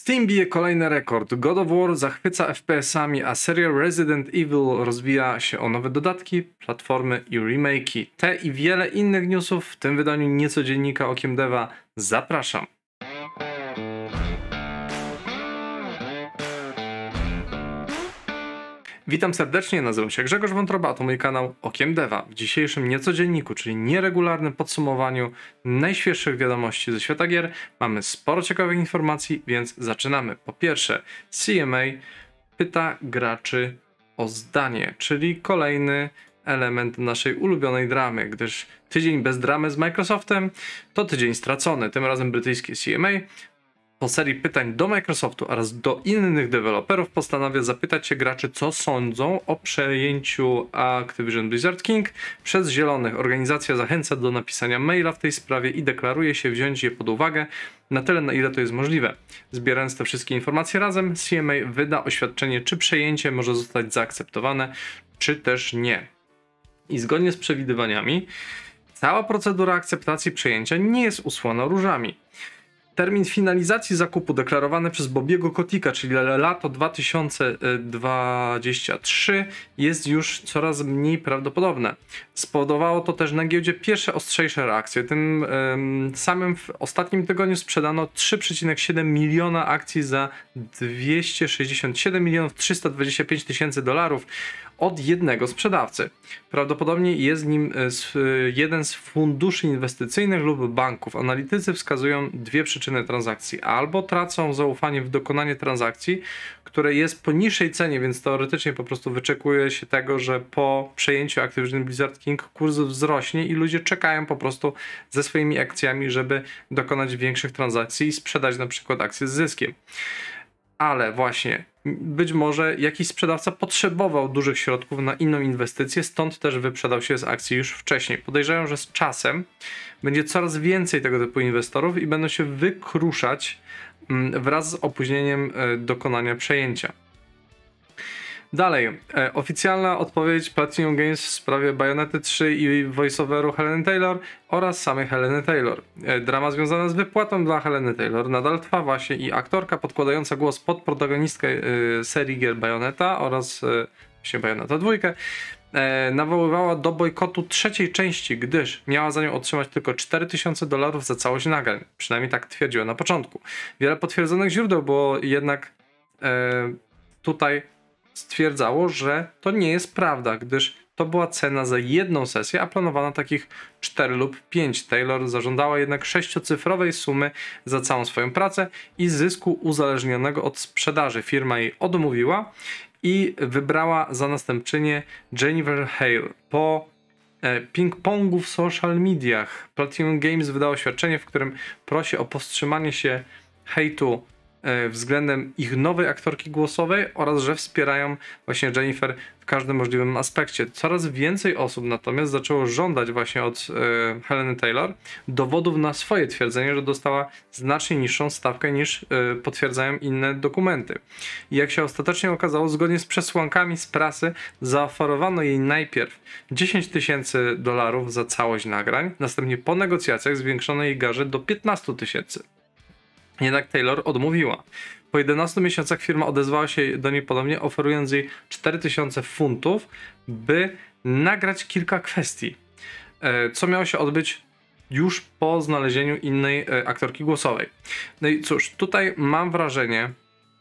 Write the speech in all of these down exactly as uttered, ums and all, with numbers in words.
Steam bije kolejny rekord. God of War zachwyca F P S-ami, a serial Resident Evil rozwija się o nowe dodatki, platformy i remake'i. Te i wiele innych newsów w tym wydaniu niecodziennika Okiem Deva. Zapraszam. Witam serdecznie, nazywam się Grzegorz Wątroba, a to mój kanał Okiem Deva. W dzisiejszym niecodzienniku, czyli nieregularnym podsumowaniu najświeższych wiadomości ze świata gier, mamy sporo ciekawych informacji, więc zaczynamy. Po pierwsze, C M A pyta graczy o zdanie, czyli kolejny element naszej ulubionej dramy, gdyż tydzień bez dramy z Microsoftem to tydzień stracony. Tym razem brytyjskie C M A po serii pytań do Microsoftu oraz do innych deweloperów postanawia zapytać się graczy, co sądzą o przejęciu Activision Blizzard King przez Zielonych. Organizacja zachęca do napisania maila w tej sprawie i deklaruje się wziąć je pod uwagę na tyle, na ile to jest możliwe. Zbierając te wszystkie informacje razem, C M A wyda oświadczenie, czy przejęcie może zostać zaakceptowane, czy też nie. I zgodnie z przewidywaniami, cała procedura akceptacji przejęcia nie jest usłana różami. Termin finalizacji zakupu deklarowany przez Bobiego Kotika, czyli lato dwa tysiące dwudziesty trzeci, jest już coraz mniej prawdopodobne. Spowodowało to też na giełdzie pierwsze ostrzejsze reakcje. Tym ym, samym w ostatnim tygodniu sprzedano trzy przecinek siedem miliona akcji za dwieście sześćdziesiąt siedem milionów trzysta dwadzieścia pięć tysięcy dolarów od jednego sprzedawcy. Prawdopodobnie jest nim jeden z funduszy inwestycyjnych lub banków. Analitycy wskazują dwie przyczyny transakcji. Albo tracą zaufanie w dokonanie transakcji, które jest po niższej cenie, więc teoretycznie po prostu wyczekuje się tego, że po przejęciu Activision Blizzard King kurs wzrośnie i ludzie czekają po prostu ze swoimi akcjami, żeby dokonać większych transakcji i sprzedać na przykład akcje z zyskiem. Ale właśnie, być może jakiś sprzedawca potrzebował dużych środków na inną inwestycję, stąd też wyprzedał się z akcji już wcześniej. Podejrzewam, że z czasem będzie coraz więcej tego typu inwestorów i będą się wykruszać wraz z opóźnieniem dokonania przejęcia. Dalej, e, oficjalna odpowiedź Platinum Games w sprawie Bayonety trzy i voiceoveru Heleny Taylor oraz samej Heleny Taylor. E, drama związana z wypłatą dla Heleny Taylor nadal trwa właśnie i aktorka podkładająca głos pod protagonistkę e, serii gier Bayonetta oraz e, właśnie Bayonetta dwa e, nawoływała do bojkotu trzeciej części, gdyż miała za nią otrzymać tylko cztery tysiące dolarów za całość nagrań. Przynajmniej tak twierdziła na początku. Wiele potwierdzonych źródeł było jednak e, tutaj stwierdzało, że to nie jest prawda, gdyż to była cena za jedną sesję, a planowano takich cztery lub pięć. Taylor zażądała jednak sześciocyfrowej sumy za całą swoją pracę i zysku uzależnionego od sprzedaży. Firma jej odmówiła i wybrała za następczynię Jennifer Hale. Po e, ping-pongu w social mediach Platinum Games wydało oświadczenie, w którym prosi o powstrzymanie się hejtu względem ich nowej aktorki głosowej oraz że wspierają właśnie Jennifer w każdym możliwym aspekcie. Coraz więcej osób natomiast zaczęło żądać właśnie od e, Heleny Taylor dowodów na swoje twierdzenie, że dostała znacznie niższą stawkę niż e, potwierdzają inne dokumenty. I jak się ostatecznie okazało, zgodnie z przesłankami z prasy zaoferowano jej najpierw dziesięć tysięcy dolarów za całość nagrań, następnie po negocjacjach zwiększono jej garze do piętnaście tysięcy. Jednak Taylor odmówiła. Po jedenastu miesiącach firma odezwała się do niej ponownie, oferując jej cztery tysiące funtów, by nagrać kilka kwestii, co miało się odbyć już po znalezieniu innej aktorki głosowej. No i cóż, tutaj mam wrażenie,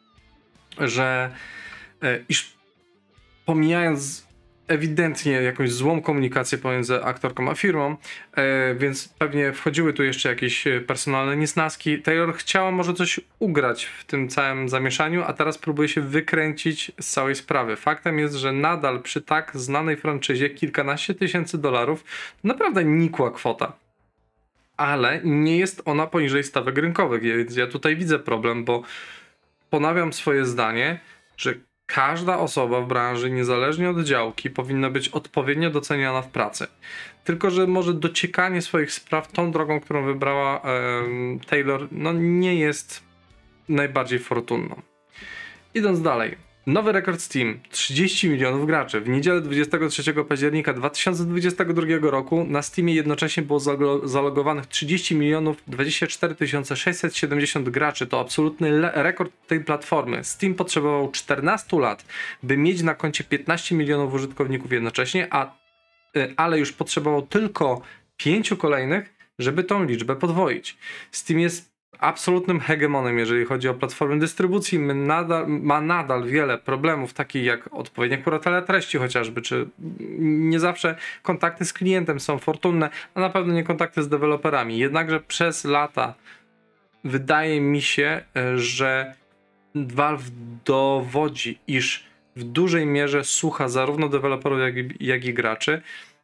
że iż pomijając ewidentnie jakąś złą komunikację pomiędzy aktorką a firmą, e, więc pewnie wchodziły tu jeszcze jakieś personalne niesnaski. Taylor chciała może coś ugrać w tym całym zamieszaniu, a teraz próbuje się wykręcić z całej sprawy. Faktem jest, że nadal przy tak znanej franczyzie kilkanaście tysięcy dolarów to naprawdę nikła kwota. Ale nie jest ona poniżej stawek rynkowych, więc ja tutaj widzę problem, bo ponawiam swoje zdanie, że każda osoba w branży, niezależnie od działki, powinna być odpowiednio doceniana w pracy. Tylko że może dociekanie swoich spraw tą drogą, którą wybrała e, Taylor, no nie jest najbardziej fortunną. Idąc dalej. Nowy rekord Steam, trzydzieści milionów graczy. W niedzielę dwudziestego trzeciego października dwa tysiące dwudziestego drugiego roku na Steamie jednocześnie było zalogowanych trzydzieści milionów dwadzieścia cztery tysiące sześćset siedemdziesiąt graczy. To absolutny rekord tej platformy. Steam potrzebował czternastu lat, by mieć na koncie piętnaście milionów użytkowników jednocześnie, a, ale już potrzebował tylko pięciu kolejnych, żeby tą liczbę podwoić. Steam jest absolutnym hegemonem, jeżeli chodzi o platformy dystrybucji. My nadal, ma nadal wiele problemów, takich jak odpowiednia kuratela treści chociażby, czy nie zawsze kontakty z klientem są fortunne, a na pewno nie kontakty z deweloperami. Jednakże przez lata wydaje mi się, że Valve dowodzi, iż w dużej mierze słucha zarówno deweloperów, jak i, jak i graczy.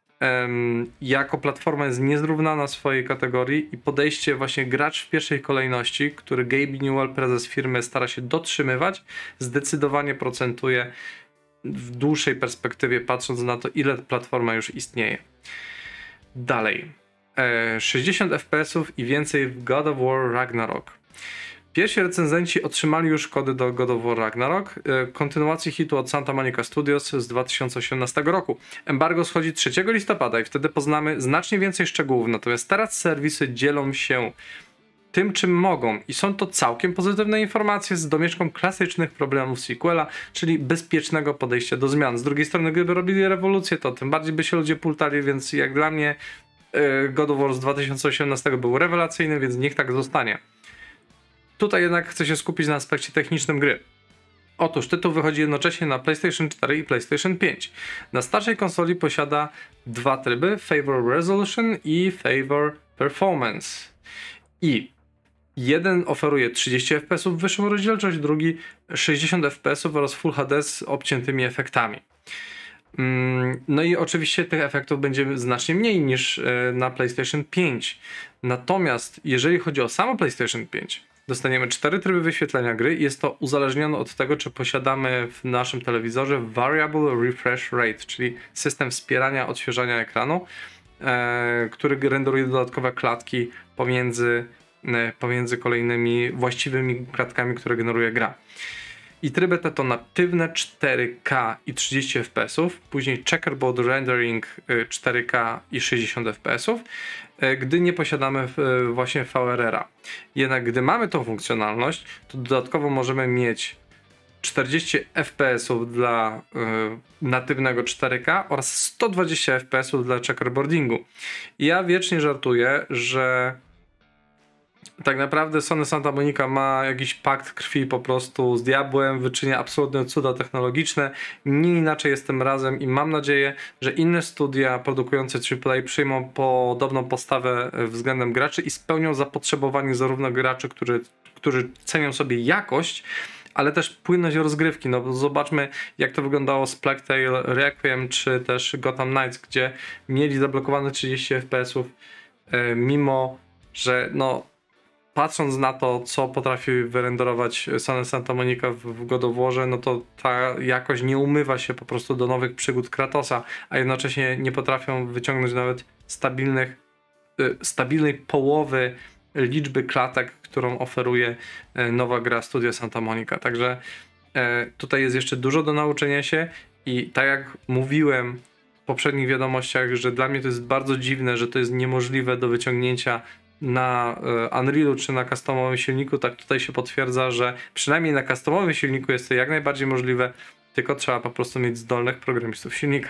Jako platforma jest niezrównana w swojej kategorii i podejście właśnie gracz w pierwszej kolejności, który Gabe Newell, prezes firmy, stara się dotrzymywać, zdecydowanie procentuje w dłuższej perspektywie, patrząc na to, ile platforma już istnieje. Dalej. sześćdziesiąt F P S ów i więcej w God of War Ragnarok. Pierwsi recenzenci otrzymali już kody do God of War Ragnarok, kontynuacji hitu od Santa Monica Studios z dwa tysiące osiemnastego roku. Embargo schodzi trzeciego listopada i wtedy poznamy znacznie więcej szczegółów, natomiast teraz serwisy dzielą się tym, czym mogą i są to całkiem pozytywne informacje z domieszką klasycznych problemów sequela, czyli bezpiecznego podejścia do zmian. Z drugiej strony, gdyby robili rewolucję, to tym bardziej by się ludzie pultali, więc jak dla mnie God of War z dwa tysiące osiemnastego był rewelacyjny, więc niech tak zostanie. Tutaj jednak chcę się skupić na aspekcie technicznym gry. Otóż tytuł wychodzi jednocześnie na PlayStation cztery i PlayStation pięć. Na starszej konsoli posiada dwa tryby, Favor Resolution i Favor Performance. I jeden oferuje trzydzieści F P S ów wyższą rozdzielczość, drugi sześćdziesiąt F P S ów oraz Full H D z obciętymi efektami. No i oczywiście tych efektów będzie znacznie mniej niż na PlayStation pięć. Natomiast jeżeli chodzi o samo PlayStation pięć, dostaniemy cztery tryby wyświetlenia gry i jest to uzależnione od tego, czy posiadamy w naszym telewizorze Variable Refresh Rate, czyli system wspierania odświeżania ekranu, e, który renderuje dodatkowe klatki pomiędzy, e, pomiędzy kolejnymi właściwymi klatkami, które generuje gra. I tryby te to natywne cztery K i trzydzieści F P S ów, później checkerboard rendering cztery K i sześćdziesiąt F P S ów, gdy nie posiadamy właśnie V R R a. Jednak gdy mamy tą funkcjonalność, to dodatkowo możemy mieć czterdzieści F P S ów dla y, natywnego cztery K oraz sto dwadzieścia F P S ów dla checkerboardingu. I ja wiecznie żartuję, że tak naprawdę Sony Santa Monica ma jakiś pakt krwi po prostu z diabłem, wyczynia absolutne cuda technologiczne. Nie inaczej jest tym razem i mam nadzieję, że inne studia produkujące triple A przyjmą podobną postawę względem graczy i spełnią zapotrzebowanie zarówno graczy, którzy, którzy cenią sobie jakość, ale też płynność rozgrywki. No zobaczmy, jak to wyglądało z Plague Tale Requiem czy też Gotham Knights, gdzie mieli zablokowane trzydzieści F P S ów, mimo że no patrząc na to, co potrafi wyrenderować Sony Santa Monica w God of Warze, no to ta jakość nie umywa się po prostu do nowych przygód Kratosa, a jednocześnie nie potrafią wyciągnąć nawet stabilnych, stabilnej połowy liczby klatek, którą oferuje nowa gra Studio Santa Monica. Także tutaj jest jeszcze dużo do nauczenia się i tak jak mówiłem w poprzednich wiadomościach, że dla mnie to jest bardzo dziwne, że to jest niemożliwe do wyciągnięcia na Unrealu czy na customowym silniku, tak tutaj się potwierdza, że przynajmniej na customowym silniku jest to jak najbardziej możliwe, tylko trzeba po prostu mieć zdolnych programistów silnika.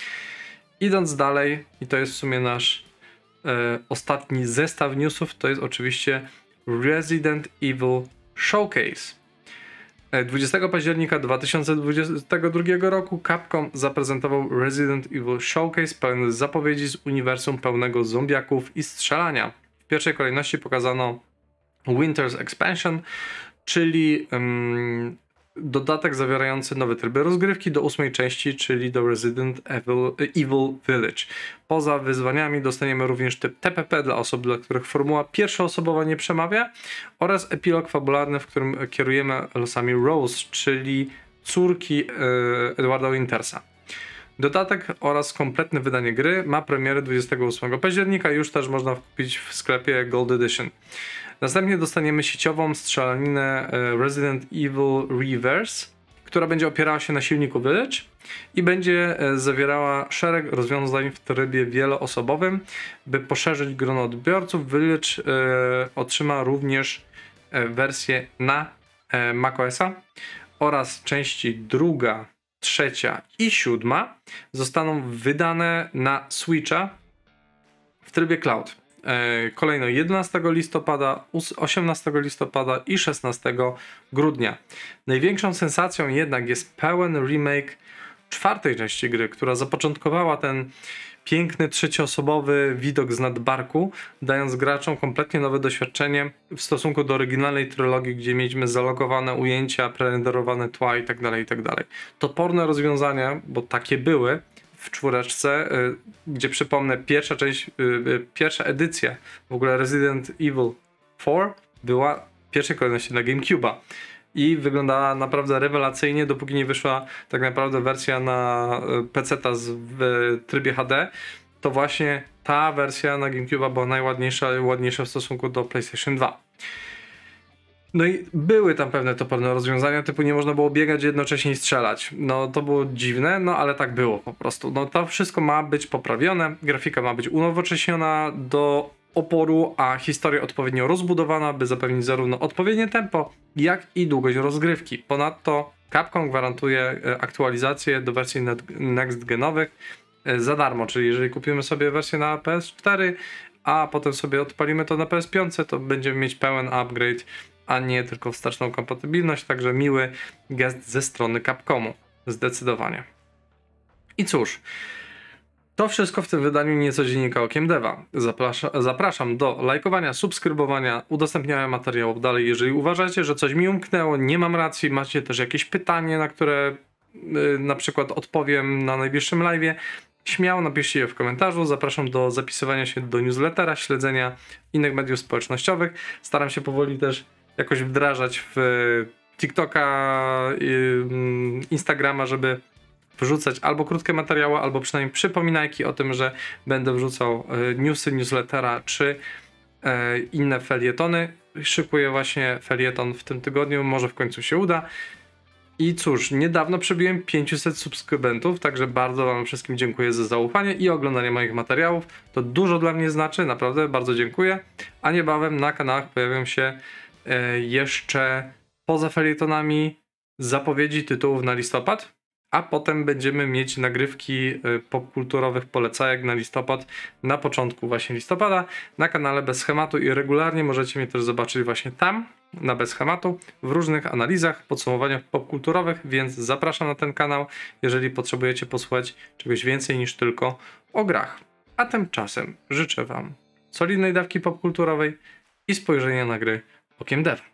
Idąc dalej, i to jest w sumie nasz e, ostatni zestaw newsów, to jest oczywiście Resident Evil Showcase. dwudziestego października dwa tysiące dwudziestego drugiego roku Capcom zaprezentował Resident Evil Showcase pełny zapowiedzi z uniwersum pełnego zombiaków i strzelania. W pierwszej kolejności pokazano Winter's Expansion, czyli um, dodatek zawierający nowe tryby rozgrywki do ósmej części, czyli do Resident Evil, Evil Village. Poza wyzwaniami dostaniemy również typ T P P dla osób, dla których formuła pierwszoosobowa nie przemawia, oraz epilog fabularny, w którym kierujemy losami Rose, czyli córki yy, Edwarda Wintersa. Dodatek oraz kompletne wydanie gry ma premierę dwudziestego ósmego października, już też można kupić w sklepie Gold Edition. Następnie dostaniemy sieciową strzelaninę Resident Evil Reverse, która będzie opierała się na silniku Village i będzie zawierała szereg rozwiązań w trybie wieloosobowym. By poszerzyć grono odbiorców, Village e, otrzyma również wersję na e, macOSa oraz części druga, trzecia i siódma zostaną wydane na Switcha w trybie cloud. E, kolejno jedenastego listopada, osiemnastego listopada i szesnastego grudnia. Największą sensacją jednak jest pełen remake czwartej części gry, która zapoczątkowała ten piękny, trzecioosobowy widok z nadbarku, dając graczom kompletnie nowe doświadczenie w stosunku do oryginalnej trylogii, gdzie mieliśmy zalogowane ujęcia, prerenderowane tła itd., itd. Toporne rozwiązania, bo takie były w czwóreczce, gdzie przypomnę, pierwsza część, pierwsza edycja w ogóle Resident Evil cztery była w pierwszej kolejności na GameCube'a. I wyglądała naprawdę rewelacyjnie, dopóki nie wyszła tak naprawdę wersja na peceta w trybie H D, to właśnie ta wersja na GameCube'a była najładniejsza i ładniejsza w stosunku do PlayStation dwa. No i były tam pewne toporne rozwiązania, typu nie można było biegać jednocześnie i strzelać. No to było dziwne, no ale tak było po prostu. No to wszystko ma być poprawione, grafika ma być unowocześniona do oporu, a historia odpowiednio rozbudowana, by zapewnić zarówno odpowiednie tempo, jak i długość rozgrywki. Ponadto Capcom gwarantuje aktualizację do wersji next-genowych za darmo, czyli jeżeli kupimy sobie wersję na P S cztery, a potem sobie odpalimy to na P S pięć, to będziemy mieć pełen upgrade, a nie tylko wsteczną kompatybilność, także miły gest ze strony Capcomu, zdecydowanie. I cóż, to wszystko w tym wydaniu Nieco Dziennika Okiem Deva. Zaprasza, zapraszam do lajkowania, subskrybowania, udostępniania materiałów dalej. Jeżeli uważacie, że coś mi umknęło, nie mam racji, macie też jakieś pytanie, na które yy, na przykład odpowiem na najbliższym live'ie, śmiało napiszcie je w komentarzu. Zapraszam do zapisywania się do newslettera, śledzenia innych mediów społecznościowych. Staram się powoli też jakoś wdrażać w TikToka, yy, Instagrama, żeby wrzucać albo krótkie materiały, albo przynajmniej przypominajki o tym, że będę wrzucał newsy, newslettera czy e, inne felietony. Szykuję właśnie felieton w tym tygodniu, może w końcu się uda. I cóż, niedawno przebiłem pięćset subskrybentów, także bardzo wam wszystkim dziękuję za zaufanie i oglądanie moich materiałów. To dużo dla mnie znaczy, naprawdę bardzo dziękuję. A niebawem na kanałach pojawią się e, jeszcze poza felietonami zapowiedzi tytułów na listopad. A potem będziemy mieć nagrywki popkulturowych polecajek na listopad, na początku właśnie listopada, na kanale Bez Schematu i regularnie możecie mnie też zobaczyć właśnie tam, na Bez Schematu, w różnych analizach, podsumowaniach popkulturowych, więc zapraszam na ten kanał, jeżeli potrzebujecie posłuchać czegoś więcej niż tylko o grach. A tymczasem życzę wam solidnej dawki popkulturowej i spojrzenia na gry okiem Deva.